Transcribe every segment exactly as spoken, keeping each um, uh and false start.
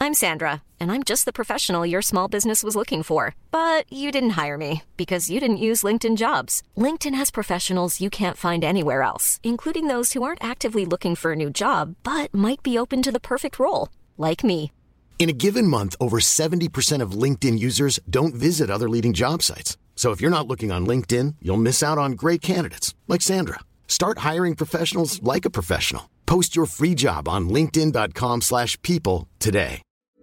I'm Sandra, and I'm just the professional your small business was looking for. But you didn't hire me because you didn't use LinkedIn Jobs. LinkedIn has professionals you can't find anywhere else, including those who aren't actively looking for a new job, but might be open to the perfect role, like me. In a given month, over seventy percent of LinkedIn users don't visit other leading job sites. So if you're not looking on LinkedIn, you'll miss out on great candidates like Sandra. Start hiring professionals like a professional. Post your free job on linkedin.com slash people today.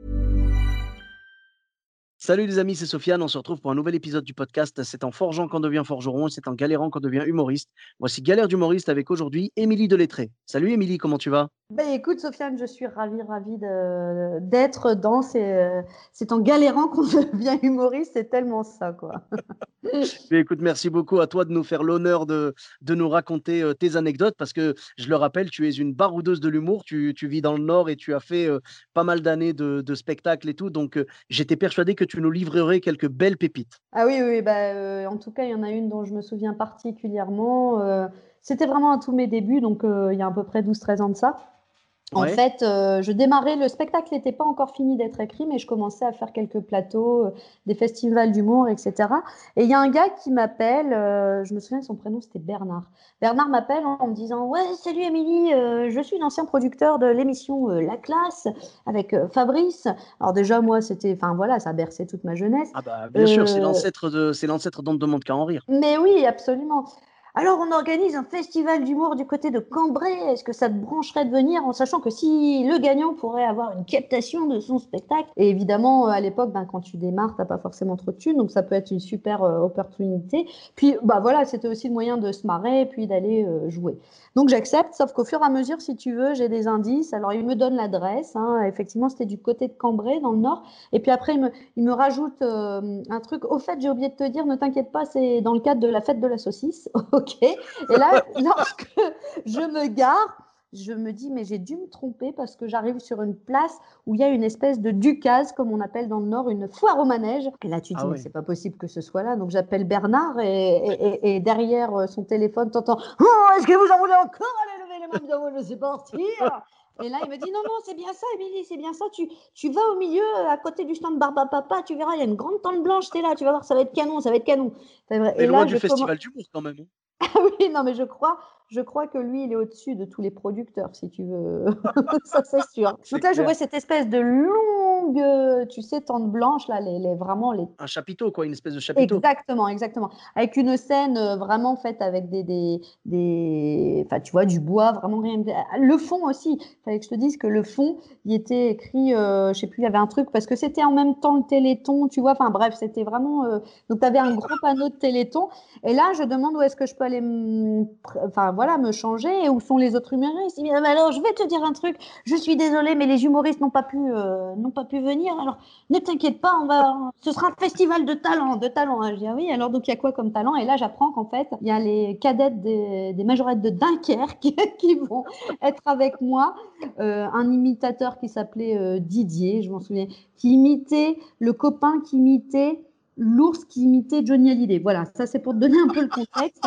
Salut les amis, c'est Sofiane. On se retrouve pour un nouvel épisode du podcast. C'est en forgeant qu'on devient forgeron et c'est en galérant qu'on devient humoriste. Voici Galère d'humoriste avec aujourd'hui Émilie Delettré. Salut Émilie, comment tu vas? Ben écoute Sofiane, je suis ravie, ravie de, d'être dans ces, c'est en galérant qu'on devient humoriste, c'est tellement ça quoi. Mais écoute, merci beaucoup à toi de nous faire l'honneur de, de nous raconter euh, tes anecdotes parce que je le rappelle, tu es une baroudeuse de l'humour, tu, tu vis dans le Nord et tu as fait euh, pas mal d'années de, de spectacles et tout, donc euh, j'étais persuadé que tu nous livrerais quelques belles pépites. Ah oui, oui, bah, euh, en tout cas, il y en a une dont je me souviens particulièrement. Euh, c'était vraiment à tous mes débuts, donc euh, il y a à peu près douze treize ans de ça. En Ouais. fait, euh, je démarrais, le spectacle n'était pas encore fini d'être écrit, mais je commençais à faire quelques plateaux, euh, des festivals d'humour, et cetera. Et il y a un gars qui m'appelle, euh, je me souviens de son prénom, c'était Bernard. Bernard m'appelle en me disant « Ouais, salut Émilie, euh, je suis l'ancien producteur de l'émission euh, La Classe avec euh, Fabrice. » Alors déjà, moi, c'était, enfin voilà, ça a bercé toute ma jeunesse. Ah bah bien sûr, c'est Euh, l'ancêtre de, c'est l'ancêtre d'On ne demande qu'à en rire. mais oui, absolument. Alors, on organise un festival d'humour du côté de Cambrai. Est-ce que ça te brancherait de venir en sachant que si le gagnant pourrait avoir une captation de son spectacle? Et évidemment, à l'époque, ben, quand tu démarres, t'as pas forcément trop de thunes, donc ça peut être une super euh, opportunité. Puis, bah voilà, c'était aussi le moyen de se marrer et puis d'aller euh, jouer. Donc j'accepte, sauf qu'au fur et à mesure, si tu veux, j'ai des indices. Alors, il me donne l'adresse. Hein. Effectivement, c'était du côté de Cambrai, dans le Nord. Et puis après, il me, il me rajoute euh, un truc. Au fait, j'ai oublié de te dire, ne t'inquiète pas, c'est dans le cadre de la fête de la saucisse. Ok. Et là, lorsque je me gare, je me dis, mais j'ai dû me tromper parce que j'arrive sur une place où il y a une espèce de ducasse, comme on appelle dans le Nord, une foire au manège. Et là, tu te Ah dis, mais ouais. c'est pas possible que ce soit là. Donc, j'appelle Bernard et, et, et, et derrière son téléphone, t'entends, oh, est-ce que vous en voulez encore? Allez, levez les mains, bien, moi, je sais partir. Et là, il me dit, non, non, c'est bien ça, Émilie, c'est bien ça. Tu, tu vas au milieu, à côté du stand Barba Papa, tu verras, il y a une grande tente blanche, t'es là, tu vas voir, ça va être canon, ça va être canon. C'est vrai. Mais Et loin là, du je commence. festival d'humour quand même. Hein. Ah oui, non, mais je crois, je crois que lui, il est au-dessus de tous les producteurs, si tu veux. Ça, c'est sûr. C'est Donc là, je clair. vois cette espèce de longue, euh, tu sais, tente blanche, là, les, les, vraiment les. Un chapiteau, quoi, une espèce de chapiteau. Exactement, exactement. Avec une scène euh, vraiment faite avec des, des, des, enfin, tu vois, du bois, vraiment rien. de- Le fond aussi. Il fallait que je te dise que le fond, il était écrit, euh, je sais plus, il y avait un truc parce que c'était en même temps le Téléthon, tu vois. Enfin bref, c'était vraiment. euh, Donc tu avais un gros panneau de Téléthon. Et là, je demande où est-ce que je peux aller, me... enfin voilà, me changer et où sont les autres humoristes. Il me dit, ah, bah alors, je vais te dire un truc. Je suis désolée, mais les humoristes n'ont pas pu, euh, n'ont pas pu venir. Alors ne t'inquiète pas, on va, ce sera un festival de talent, de talent. Hein. Je dis ah oui, alors donc il y a quoi comme talent? Et là, j'apprends qu'en fait, il y a les cadettes des, des majorettes de Dunkerque qui vont être avec moi. Euh, un imitateur qui s'appelait euh, Didier, je m'en souviens, qui imitait le copain qui imitait l'ours qui imitait Johnny Hallyday. Voilà, ça c'est pour te donner un peu le contexte.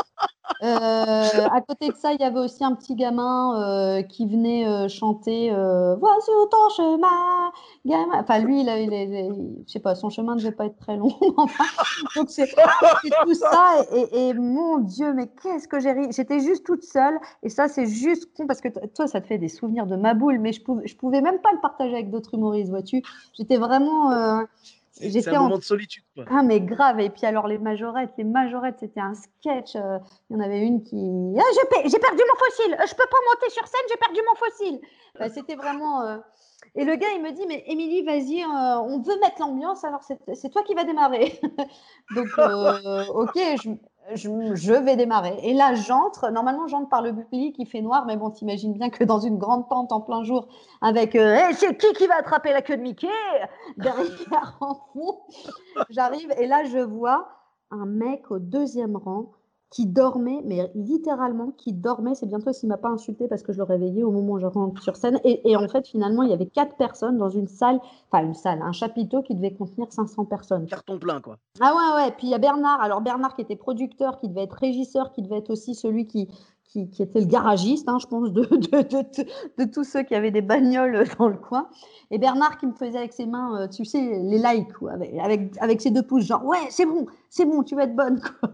Euh, à côté de ça, il y avait aussi un petit gamin euh, qui venait euh, chanter euh, Vois sur ton chemin, gamin. Enfin, lui, il a, il a- il a- je sais pas, son chemin ne devait pas être très long. Enfin, donc c'est c'est tout ça. Et, et mon Dieu, mais qu'est-ce que j'ai ri. J'étais juste toute seule. Et ça, c'est juste con parce que t- toi, ça te fait des souvenirs de ma boule, mais je pouvais, je pouvais même pas le partager avec d'autres humoristes, vois-tu. J'étais vraiment. euh, C'est c'est un J'étais en moment de solitude, quoi. ah mais grave, et puis alors les majorettes, les majorettes c'était un sketch, euh, il y en avait une qui ah, j'ai, pe- j'ai perdu mon fossile, euh, je peux pas monter sur scène, j'ai perdu mon fossile. Enfin, c'était vraiment euh, et le gars il me dit mais Émilie vas-y, euh, on veut mettre l'ambiance alors c'est, c'est toi qui vas démarrer. Donc euh, ok, je, je, je vais démarrer. Et là j'entre, normalement j'entre par le public, il fait noir, mais bon t'imagines bien que dans une grande tente en plein jour avec euh, hey, c'est qui qui va attraper la queue de Mickey derrière en fond. J'arrive et là, je vois un mec au deuxième rang qui dormait, mais littéralement qui dormait. C'est bientôt s'il ne m'a pas insulté parce que je le réveillais au moment où je rentre sur scène. Et, et en fait, finalement, il y avait quatre personnes dans une salle, enfin une salle, un chapiteau qui devait contenir cinq cents personnes. Carton plein, quoi. Ah ouais, ouais. Puis il y a Bernard. Alors Bernard qui était producteur, qui devait être régisseur, qui devait être aussi celui qui, qui, qui était le garagiste, hein, je pense, de, de, de, de, de tous ceux qui avaient des bagnoles dans le coin. Et Bernard qui me faisait avec ses mains, euh, tu sais, les likes, quoi, avec, avec, avec ses deux pouces, genre, ouais, c'est bon, c'est bon, tu vas être bonne, quoi.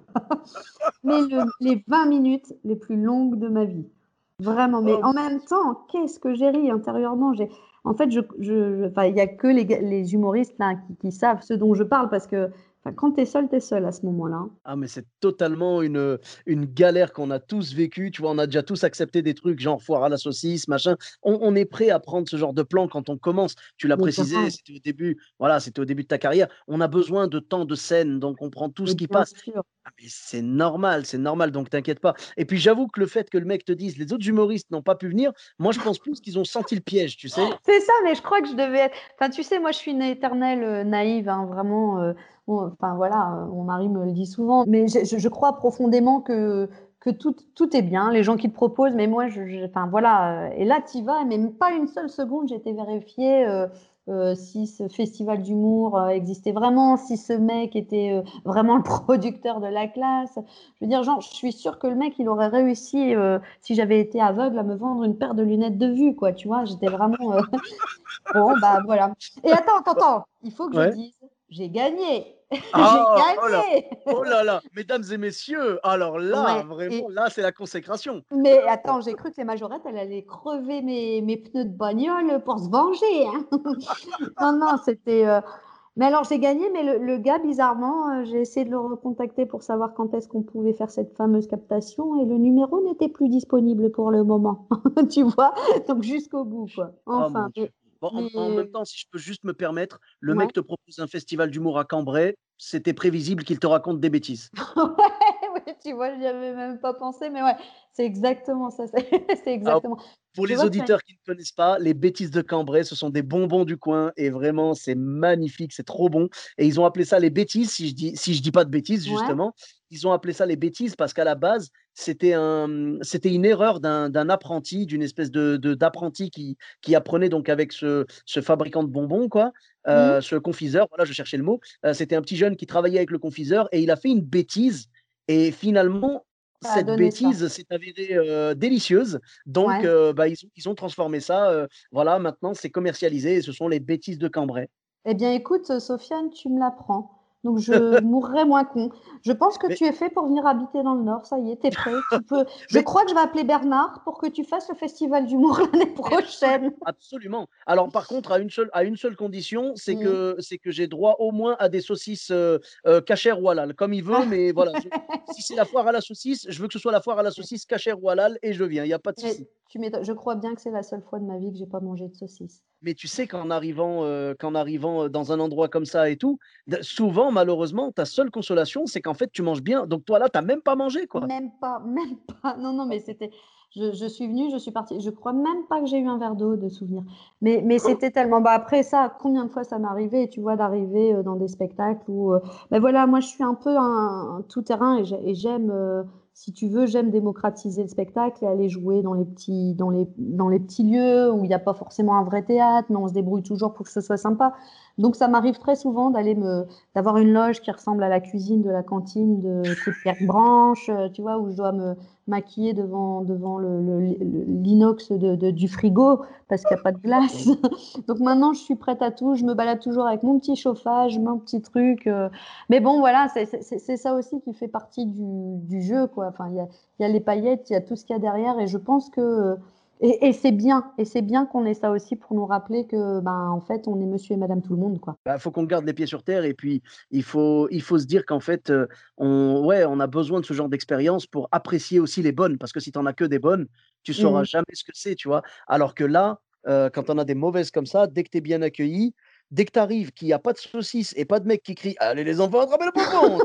Mais le, les vingt minutes les plus longues de ma vie. Vraiment. Mais Oh, en même temps, qu'est-ce que j'ai ri intérieurement. J'ai... En fait, je, je, je, enfin, il n'y a que les, les humoristes là, qui, qui savent ce dont je parle parce que enfin, quand tu es seul, tu es seul à ce moment-là. Hein. Ah, mais c'est totalement une, une galère qu'on a tous vécue. Tu vois, on a déjà tous accepté des trucs, genre foire à la saucisse, machin. On, on est prêt à prendre ce genre de plan quand on commence. Tu l'as Mais précisé, grave. c'était au début. Voilà, c'était au début de ta carrière. On a besoin de temps de scène, donc on prend tout Mais ce qui bien passe. sûr. Ah, mais c'est normal, c'est normal, donc t'inquiète pas. Et puis j'avoue que le fait que le mec te dise les autres humoristes n'ont pas pu venir, moi je pense plus qu'ils ont senti le piège, tu sais. C'est ça, mais je crois que je devais être. Enfin, tu sais, moi, je suis une éternelle euh, naïve, hein, vraiment. euh, on- Enfin, voilà, euh, mon mari me le dit souvent. Mais je, je- je crois profondément que, que tout, tout est bien, les gens qui te proposent. Mais moi, je, je- enfin, voilà. euh, Et là, tu y vas, mais même pas une seule seconde, j'ai été vérifier euh, euh, si ce festival d'humour euh, existait vraiment, si ce mec était euh, vraiment le producteur de la classe. Je veux dire, genre, je suis sûre que le mec, il aurait réussi. euh, si j'avais été aveugle à me vendre une paire de lunettes de vue, quoi, tu vois, j'étais vraiment... euh, Bon, bah voilà. Et attends, attends, attends, il faut que je Ouais. dise, j'ai gagné. J'ai Ah, oh là, gagné. oh là là, mesdames et messieurs, alors là, Ouais. vraiment, Et, là, c'est la consécration. mais attends, j'ai cru que les majorettes, elle allait crever mes, mes pneus de bagnole pour se venger. Hein. Non, non, c'était... euh, Mais alors, j'ai gagné, mais le, le gars, bizarrement, euh, j'ai essayé de le recontacter pour savoir quand est-ce qu'on pouvait faire cette fameuse captation et le numéro n'était plus disponible pour le moment. Tu vois? Donc, jusqu'au bout, quoi. Oh Enfin, mon Dieu. mais... Bon, en, en même mais... temps, si je peux juste me permettre, le Ouais. mec te propose un festival d'humour à Cambrai, c'était prévisible qu'il te raconte des bêtises. Ouais, ouais, tu vois, j'y avais même pas pensé, mais ouais, c'est exactement ça. C'est c'est Ah, exactement. pour Je les vois que tu as auditeurs qui ne connaissent pas, les bêtises de Cambrai, ce sont des bonbons du coin et vraiment, c'est magnifique, c'est trop bon. Et ils ont appelé ça les bêtises, si je dis, si je dis pas de bêtises, ouais. justement. Ils ont appelé ça les bêtises parce qu'à la base, c'était un, c'était une erreur d'un, d'un apprenti, d'une espèce de, de- d'apprenti qui, qui apprenait donc avec ce, ce fabricant de bonbons, quoi, Mmh. euh, ce confiseur, voilà, je cherchais le mot. Euh, c'était un petit jeune qui travaillait avec le confiseur et il a fait une bêtise. Et finalement, Ça a cette donné ça. bêtise s'est avérée euh, délicieuse. Donc, Ouais. heu, bah, ils ont ils ont transformé ça, heu, voilà, maintenant c'est commercialisé et ce sont les bêtises de Cambrai. Eh bien, écoute, euh, Sofiane, tu me l'apprends. Donc, je mourrai moins con. Je pense que Mais tu es fait pour venir habiter dans le Nord. Ça y est, t'es prêt. Tu peux. Je mais crois que je vais appeler Bernard pour que tu fasses le festival d'humour l'année mais absolu prochaine. absolument. Alors par contre, à une seule à une seule condition, c'est Mmh. que c'est que j'ai droit au moins à des saucisses, heu heu, casher ou halal, comme il veut, mais voilà, je si c'est la foire à la saucisse, je veux que ce soit la foire à la saucisse casher ou halal et je viens, il y a pas de Mais souci. tu m'étonnes. Je crois bien que c'est la seule fois de ma vie que j'ai pas mangé de saucisse. Mais tu sais qu'en arrivant, heu, qu'en arrivant, heu, dans un endroit comme ça et tout, d souvent malheureusement, ta seule consolation, c'est qu'en fait tu manges bien, donc toi là, tu as même pas mangé, quoi. Même pas, même pas. Non, non, mais c'était. Je, je suis venue, je suis partie. Je crois même pas que j'ai eu un verre d'eau de souvenir. Mais, mais c'était tellement. Bah après ça, combien de fois ça m'est arrivé, tu vois, d'arriver euh, dans des spectacles où. euh, Ben voilà, moi je suis un peu un, un tout-terrain et j'ai- et j'aime, euh, si tu veux, j'aime démocratiser le spectacle et aller jouer dans les petits, dans les, dans les petits lieux où il n'y a pas forcément un vrai théâtre, mais on se débrouille toujours pour que ce soit sympa. Donc ça m'arrive très souvent d'aller me d'avoir une loge qui ressemble à la cuisine de la cantine de Coup de Pierre Branche, euh, tu vois, où je dois me maquiller devant, devant le, le- le- l'inox de, de- du frigo parce qu'il n'y a pas de glace. Donc maintenant, je suis prête à tout. Je me balade toujours avec mon petit chauffage, mon petit truc. euh. Mais bon, voilà, c'est c'est- c'est ça aussi qui fait partie du, du jeu, quoi. Enfin, il y a, il y a les paillettes, il y a tout ce qu'il y a derrière. Et je pense que... Et, et c'est bien, et c'est bien qu'on ait ça aussi pour nous rappeler que, ben, en fait, on est monsieur et madame tout le monde, quoi. Bah, faut qu'on garde les pieds sur terre et puis il faut il faut se dire qu'en fait, heu, on ouais, on a besoin de ce genre d'expérience pour apprécier aussi les bonnes, parce que si tu en as que des bonnes, tu sauras Mm. jamais ce que c'est, tu vois? Alors que là, heu, quand on a des mauvaises comme ça, dès que tu es bien accueilli, dès que tu arrives, qu'il y a pas de saucisses et pas de mec qui crie: «Allez les enfants, attrapez le bonbon!»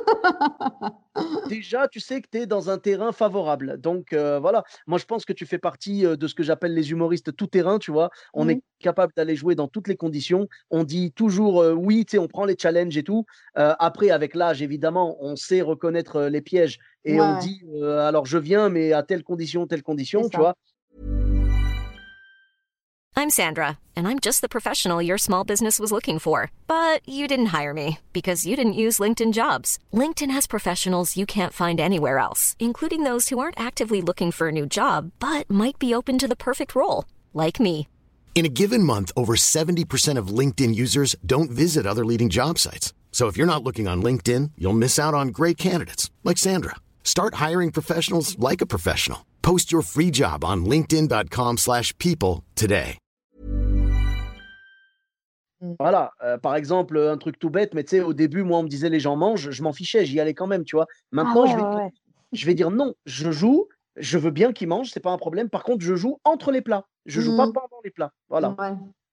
Déjà, tu sais que tu es dans un terrain favorable. Donc, heu, voilà. Moi, je pense que tu fais partie, heu, de ce que j'appelle les humoristes tout terrain, tu vois? On Mm. est capable d'aller jouer dans toutes les conditions. On dit toujours, heu, oui, tu sais, on prend les challenges et tout. Heu, après, avec l'âge, évidemment, on sait reconnaître, heu, les pièges et Ouais, on ouais, dit, heu: «Alors je viens, mais à telle condition, telle c'est condition», tu ça. vois? I'm Sandra, and I'm just the professional your small business was looking for. But you didn't hire me because you didn't use LinkedIn Jobs. LinkedIn has professionals you can't find anywhere else, including those who aren't actively looking for a new job, but might be open to the perfect role, like me. In a given month, over seventy percent of LinkedIn users don't visit other leading job sites. So if you're not looking on LinkedIn, you'll miss out on great candidates like Sandra. Start hiring professionals like a professional. Post your free job on linkedin.com slash people today. Voilà, euh, par exemple, un truc tout bête, mais tu sais, au début, moi, on me disait les gens mangent, je m'en fichais, j'y allais quand même, tu vois. Ah Maintenant, ouais, je vais ouais, dire, ouais. je vais dire non, je joue, je veux bien qu'ils mangent, c'est pas un problème. Par contre, je joue entre les plats, je joue pas Mmh. pendant les plats. Voilà. Ouais.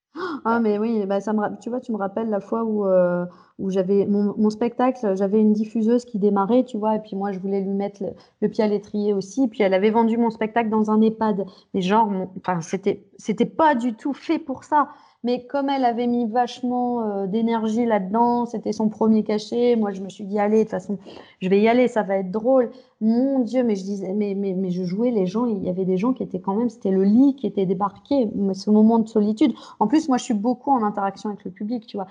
Ah mais oui, bah, ça me ra tu vois, tu me rappelles la fois où, heu, où j'avais mon mon spectacle, j'avais une diffuseuse qui démarrait, tu vois? Et puis moi, je voulais lui mettre le le pied à l'étrier aussi. Puis elle avait vendu mon spectacle dans un EHPAD. Mais genre, mon enfin, c'était c'était pas du tout fait pour ça. Mais comme elle avait mis vachement, heu, d'énergie là-dedans, c'était son premier cachet. Moi, je me suis dit: «Allez, de toute façon, je vais y aller, ça va être drôle». Mon Dieu, mais je disais mais mais mais je jouais les gens, il y avait des gens qui étaient quand même c'était le lit qui était débarqué, mais ce moment de solitude. En plus, moi, je suis beaucoup en interaction avec le public, tu vois?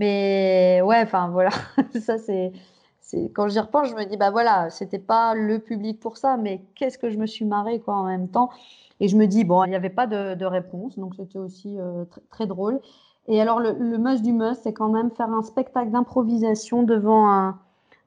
Mais ouais, enfin voilà, ça c'est c'est quand j'y repense, je me dis: «Bah voilà, c'était pas le public pour ça, mais qu'est-ce que je me suis marrée quoi en même temps». Et je me dis: «Bon, il y avait pas de de réponse, donc c'était aussi, heu, tr très drôle». Et alors le le must du must, c'est quand même faire un spectacle d'improvisation devant un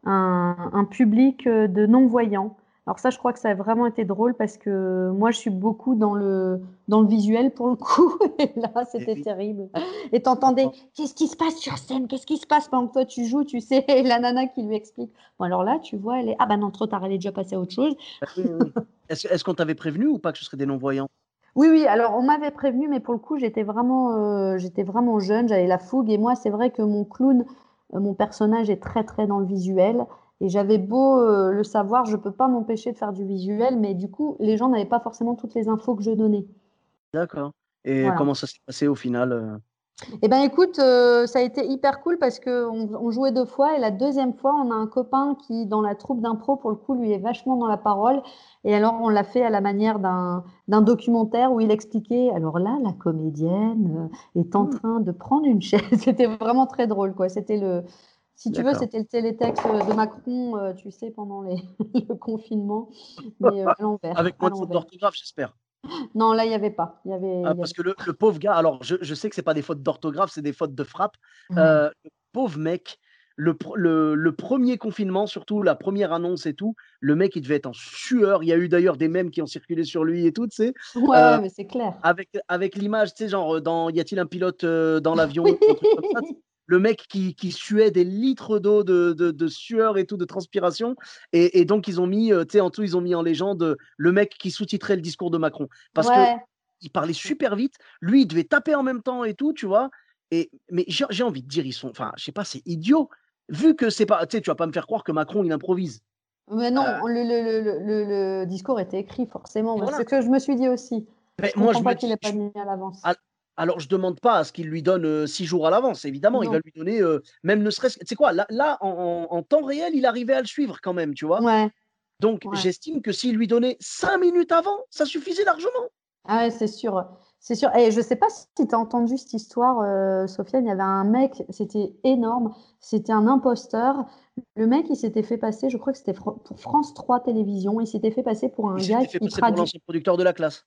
un un public, heu, de non-voyants. Alors ça, je crois que ça a vraiment été drôle parce que moi, je suis beaucoup dans le dans le visuel pour le coup et là, Et c'était oui, terrible et t'entendais: d'accord. «Qu'est-ce qui se passe sur scène? Qu'est-ce qui se passe?» Pendant que toi tu joues, tu sais? Et la nana qui lui explique: «Bon alors là, tu vois, elle est ah bah non, trop tard, elle est déjà passée à autre chose». Bah, oui, oui. Est-ce est-ce qu'on t'avait prévenu ou pas que ce serait des non-voyants? Oui, oui, alors on m'avait prévenu, mais pour le coup, j'étais vraiment, heu, j'étais vraiment jeune, j'avais la fougue et moi, c'est vrai que mon clown, heu, mon personnage est très, très dans le visuel et j'avais beau, heu, le savoir, je peux pas m'empêcher de faire du visuel, mais du coup, les gens n'avaient pas forcément toutes les infos que je donnais. D'accord. Et Voilà. comment ça s'est passé au final, heu? Eh ben, écoute, heu, ça a été hyper cool parce qu'on on jouait deux fois et la deuxième fois, on a un copain qui, dans la troupe d'impro, pour le coup, lui est vachement dans la parole et alors on l'a fait à la manière d'un d'un documentaire où il expliquait: «Alors là, la comédienne, heu, est en Mmh, train de prendre une chaise». C'était vraiment très drôle, quoi. C'était le si tu veux, d'accord. c'était le télétexte, de Macron, heu, tu sais, pendant les le confinement, mais, heu, à l'envers, Avec à moins de fautes l'envers. d'orthographe, j'espère? Non, là, il y avait pas. Il y avait Ah, il y parce avait que le le pauvre gars, alors je je sais que c'est pas des fautes d'orthographe, c'est des fautes de frappe. ouais. Heu, le pauvre mec, le pre le le premier confinement surtout, la première annonce et tout, le mec il devait être en sueur. Il y a eu d'ailleurs des mèmes qui ont circulé sur lui et tout, tu sais? Heu, Ouais, mais c'est clair. avec avec l'image, tu sais, genre, heu, dans «Y a-t-il un pilote, heu, dans l'avion?» Oui. ou un truc comme ça, tu sais? Le mec qui qui suait des litres d'eau, de de de sueur et tout, de transpiration et et donc ils ont mis, heu, tu sais, en dessous, ils ont mis en légende, heu, le mec qui sous-titrait le discours de Macron. Parce que Ouais. il parlait super vite, lui, il devait taper en même temps et tout, tu vois? Et mais j'ai j'ai envie de dire, ils sont enfin, je sais pas, c'est idiot. Vu que c'est pas tu sais, tu vas pas me faire croire que Macron, il improvise. Mais Heu, non, le le le le le le discours était écrit forcément, bah, c'est voilà. ce que je me suis dit aussi. Beh, Je moi, comprends je me pas qu'il dis ait pas je mis à l'avance. al alors je demande pas à ce qu'il lui donne, heu, six jours à l'avance, évidemment, il va Non. lui donner, heu, même ne serait-ce que tu sais quoi? Là là, en en en temps réel, il arrivait à le suivre quand même, tu vois? Ouais, Donc ouais. j'estime que s'il lui donnait cinq minutes avant, ça suffisait largement. Ah ouais, c'est sûr, c'est sûr et je sais pas si tu as entendu cette histoire, heu, Sofiane, il y avait un mec, c'était énorme, c'était un imposteur. Le mec, il s'était fait passer, je crois que c'était Fran pour France trois Télévisions, il s'était fait passer pour un Il gars s'était fait qui passer pour traduit l'ancien producteur de la classe.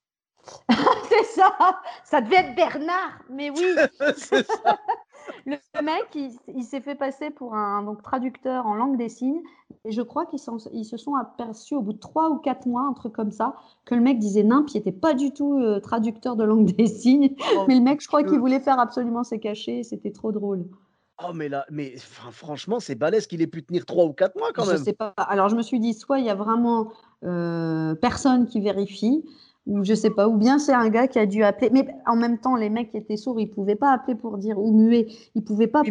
c'est ça! Ça devait être Bernard, mais oui! C'est ça. Le mec, il il s'est fait passer pour un donc traducteur en langue des signes et je crois qu'ils s'en ils se sont aperçus au bout de trois ou quatre mois, un truc comme ça, que le mec disait nimp, il était pas du tout, heu, traducteur de langue des signes. Oh Mais le mon mec, je crois qu'il Dieu! voulait faire absolument ses cachets, c'était trop drôle. Oh mais là mais enfin franchement, c'est balèze qu'il ait pu tenir trois ou quatre mois quand Je même. sais pas. Alors je me suis dit: «Soit il y a vraiment, heu, personne qui vérifie ou je sais pas, ou bien c'est un gars qui a dû appeler». Mais en même temps, les mecs qui étaient sourds, ils pouvaient pas appeler pour dire ou muets, ils pouvaient pas Oui, mais a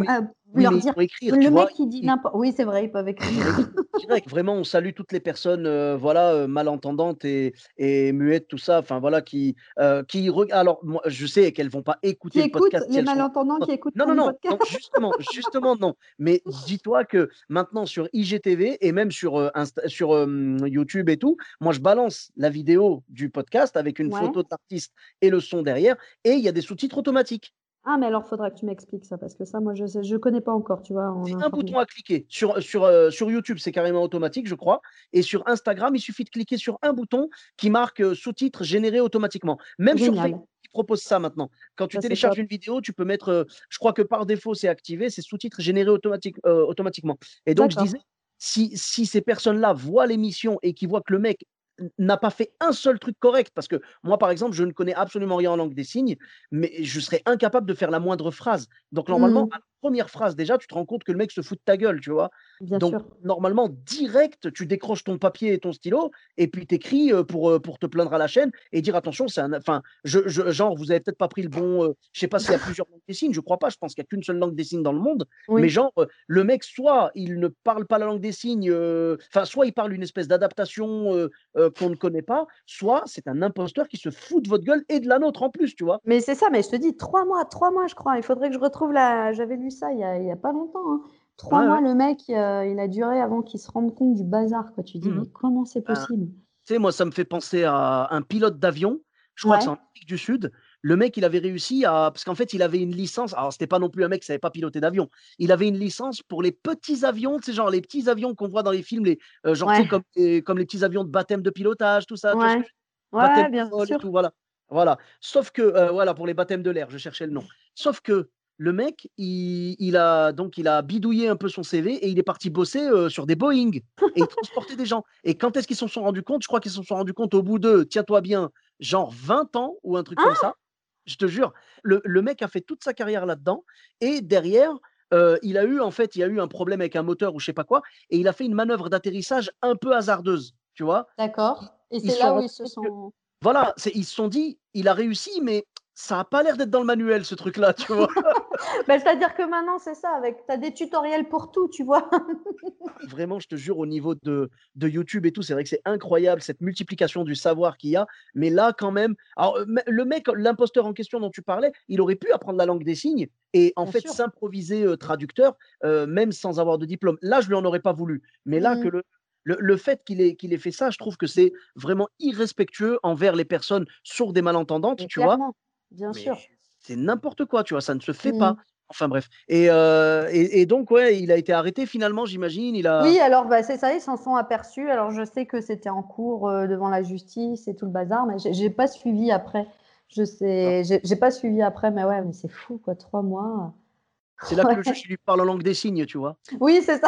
Oui, leur mais ils dire vont écrire, le tu vois? mec qui dit Ils n'importe oui, c'est vrai, ils peuvent écrire. ils vont écrire direct. Vraiment, on salue toutes les personnes, heu, voilà, heu, malentendantes et et muettes, tout ça, enfin voilà, qui, heu, qui reg alors moi, je sais qu'elles vont pas Qui écouter le écoutent podcast si les elles sont malentendants qui écoutent non, non, ton non, podcast. non, justement, justement non. Mais dis-toi que maintenant sur I G T V et même sur, heu, Insta sur, hem, YouTube et tout, moi je balance la vidéo du podcast avec une Ouais. photo de l'artiste et le son derrière et il y a des sous-titres automatiques. Ah, mais alors faudra que tu m'expliques ça parce que ça, moi, je sais je connais pas encore, tu vois, en C'est un informatique. bouton à cliquer. Sur, sur, heu, sur YouTube, c'est carrément automatique, je crois et sur Instagram, il suffit de cliquer sur un bouton qui marque, heu, sous-titres générés automatiquement. Même sur Facebook, Génial. ils proposent ça maintenant. Quand tu Ça, c'est télécharges top. une vidéo, tu peux mettre, heu, je crois que par défaut, c'est activé, c'est sous-titres générés automatique heu, automatiquement et donc je disais, D'accord. si si ces personnes-là voient l'émission et qu'ils voient que le mec n n'a pas fait un seul truc correct, parce que moi, par exemple, je ne connais absolument rien en langue des signes, mais je serais incapable de faire la moindre phrase. Donc normalement, Mmh. à la première phrase, déjà, tu te rends compte que le mec se fout de ta gueule, tu vois? Bien Donc sûr. normalement, direct, tu décroches ton papier et ton stylo et puis tu écris, heu, pour, heu, pour te plaindre à la chaîne et dire: «Attention, c'est un» enfin, je je genre, vous avez peut-être pas pris le bon, heu, je sais pas s'il y a plusieurs langues des signes, je crois pas, je pense qu'il y a qu'une seule langue des signes dans le monde, mais Oui. genre, heu, le mec, soit il ne parle pas la langue des signes, heu, enfin, soit il parle une espèce d'adaptation, heu heu, qu'on ne connaît pas, soit c'est un imposteur qui se fout de votre gueule et de la nôtre en plus, tu vois? Mais c'est ça, mais je te dis trois mois, trois mois, je crois. Il faudrait que je retrouve la j'avais lu ça il y a il y a pas longtemps, hein. trois Ouais, mois, ouais. le mec, heu, il a duré avant qu'il se rende compte du bazar, quoi. Tu dis: Mmh mh. «Mais comment c'est Ben, possible?» tu sais, moi, ça me fait penser à un pilote d'avion, je crois que c'est Ouais. en Afrique du Sud. Le mec, il avait réussi à parce qu'en fait, il avait une licence alors c'était pas non plus un mec qui savait pas piloter d'avion. Il avait une licence pour les petits avions, tu sais, genre les petits avions qu'on voit dans les films, les, heu, genre, tu sais, Ouais. comme les comme les petits avions de baptême de pilotage, tout ça, tu vois ce Ouais. que je baptême Ouais, de bien vol et sûr. tout, voilà. Voilà. Sauf que, heu, voilà, pour les baptêmes de l'air, je cherchais le nom. Sauf que le mec, il il a donc il a bidouillé un peu son C V et il est parti bosser, heu, sur des Boeing et il transportait des gens et quand est-ce qu'ils s'en sont rendus compte? Je crois qu'ils s'en sont rendus compte au bout de, tiens-toi bien, genre vingt ans ou un truc comme Hein? ça. Je te jure, le le mec a fait toute sa carrière là-dedans et derrière, heu, il a eu en fait, il y a eu un problème avec un moteur ou je sais pas quoi et il a fait une manœuvre d'atterrissage un peu hasardeuse, tu vois? Ils D'accord et ils c'est se sont là où ils rendus se compte que sont voilà, c'est ils se sont dit: «Il a réussi, mais ça a pas l'air d'être dans le manuel ce truc-là», tu vois? bah, c'est-à-dire que maintenant, c'est ça, avec tu as des tutoriels pour tout, tu vois? Vraiment, je te jure, au niveau de de YouTube et tout, c'est vrai que c'est incroyable cette multiplication du savoir qu'il y a. Mais là, quand même, alors, heu, mais le mec, l'imposteur en question dont tu parlais, il aurait pu apprendre la langue des signes et en Bien fait sûr. s'improviser, heu, traducteur, heu, même sans avoir de diplôme. Là, je lui en aurais pas voulu. Mais là, que Mmh. le le le fait qu'il ait qu'il ait fait ça, je trouve que c'est vraiment irrespectueux envers les personnes sourdes et malentendantes, Mais tu vois? clairement, bien Mais sûr. c'est n'importe quoi, tu vois? Ça ne se fait pas. Mmh. Enfin bref et heu et et donc ouais, il a été arrêté finalement, j'imagine, il a Oui, alors, bah, c'est ça, ils s'en sont aperçus. Alors je sais que c'était en cours, heu, devant la justice et tout le bazar, mais j'ai j'ai pas suivi après. Je sais j'ai j'ai pas suivi après, mais ouais, mais c'est fou quoi, trois mois. c'est là que le juge, Ouais. il lui parle en langue des signes, tu vois? Oui, c'est ça.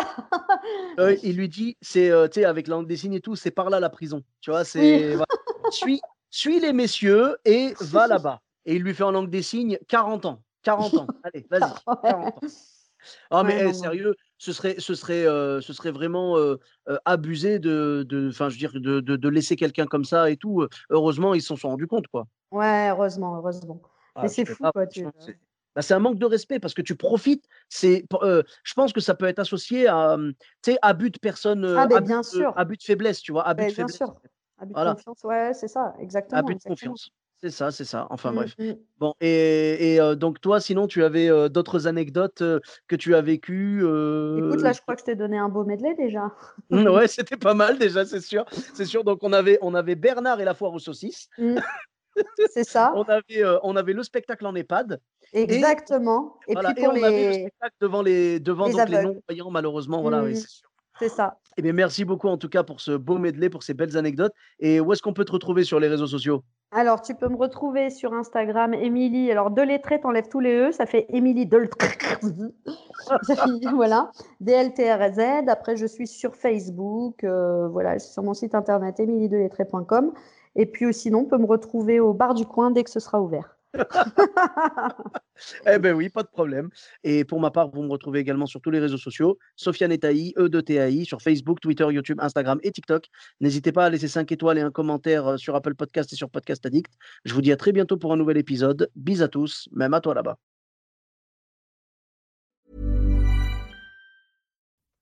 Heu, il lui dit c'est, heu, tu sais, avec la langue des signes et tout, c'est par là la prison, tu vois? Oui. C'est voilà, suis suis les messieurs et va là-bas et il lui fait en langue des signes quarante ans, quarante ans, allez, vas-y, quarante Ouais. ans. Ah mais Ouais, eh, non, non. sérieux, ce serait ce serait, heu, ce serait vraiment, heu heu, abusé de de enfin, je veux dire, de de de laisser quelqu'un comme ça et tout, heu, heureusement, ils s'en sont rendus compte, quoi. Ouais, heureusement, heureusement. Mais Ah, je c'est sais fou pas, quoi, tu franchement, c'est bah, c'est un manque de respect parce que tu profites, c'est p heu, je pense que ça peut être associé à, mmh, tu sais, abus de personne, ah heu, beh, abus bien de sûr. abus de faiblesse, tu vois? Abus de Beh, bien faiblesse, en sûr. fait. Abus de Voilà, confiance, ouais, c'est ça, exactement, abus de exactement. confiance. C'est ça, c'est ça. Enfin Mmh bref. mh. Bon et et heu, donc toi, sinon, tu avais, heu, d'autres anecdotes, heu, que tu as vécues, Écoute, là, heu, je crois que je t'ai donné un beau medley déjà. mmh, ouais, c'était pas mal déjà, c'est sûr, c'est sûr. Donc on avait on avait Bernard et la foire aux saucisses. Mmh, c'est ça, On avait, heu, on avait le spectacle en EHPAD et exactement et puis voilà et pour on avait le les spectacle devant les devant les donc les aveugles. non-voyants malheureusement, voilà, oui, Mmh, c'est sûr. c'est ça. Eh bien, merci beaucoup en tout cas pour ce beau medley, pour ces belles anecdotes et où est-ce qu'on peut te retrouver sur les réseaux sociaux? Alors, tu peux me retrouver sur Instagram, Émilie, alors deux lettrés, tu enlèves tous les E, ça fait Émilie Deltrz. Ça fait voilà, D L T R Z. Après, je suis sur Facebook, heu, voilà, je suis sur mon site internet émilie delettré point com et puis, heu, sinon, on peut me retrouver au bar du coin dès que ce sera ouvert. Eh beh, oui, pas de problème et pour ma part, vous me retrouvez également sur tous les réseaux sociaux, Sofiane Tahi, E deux T A I, sur Facebook, Twitter, YouTube, Instagram et TikTok. N'hésitez pas à laisser cinq étoiles et un commentaire, heu, sur Apple Podcast et sur Podcast Addict. Je vous dis à très bientôt pour un nouvel épisode. Bis à tous, même à toi là-bas.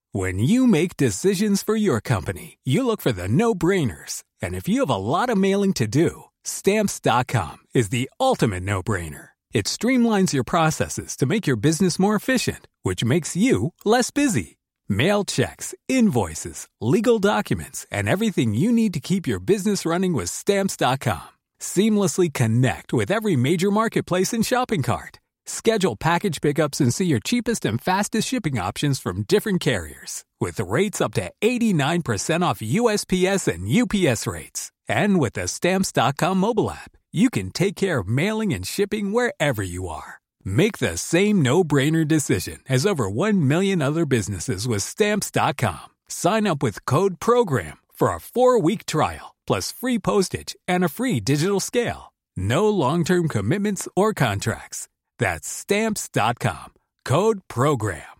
When you make decisions for your company, you look for the no-brainers. And if you have a lot of mailing to do, Stamps dot com is the ultimate no-brainer. It streamlines your processes to make your business more efficient, which makes you less busy. Mail checks, invoices, legal documents, and everything you need to keep your business running with Stamps dot com. Seamlessly connect with every major marketplace and shopping cart. Schedule package pickups and see your cheapest and fastest shipping options from different carriers. With rates up to eighty-nine percent off U S P S and U P S rates. And with the Stamps dot com mobile app, you can take care of mailing and shipping wherever you are. Make the same no-brainer decision as over one million other businesses with Stamps dot com. Sign up with code PROGRAM for a four-week trial, plus free postage and a free digital scale. No long-term commitments or contracts. That's Stamps dot com. Code PROGRAM.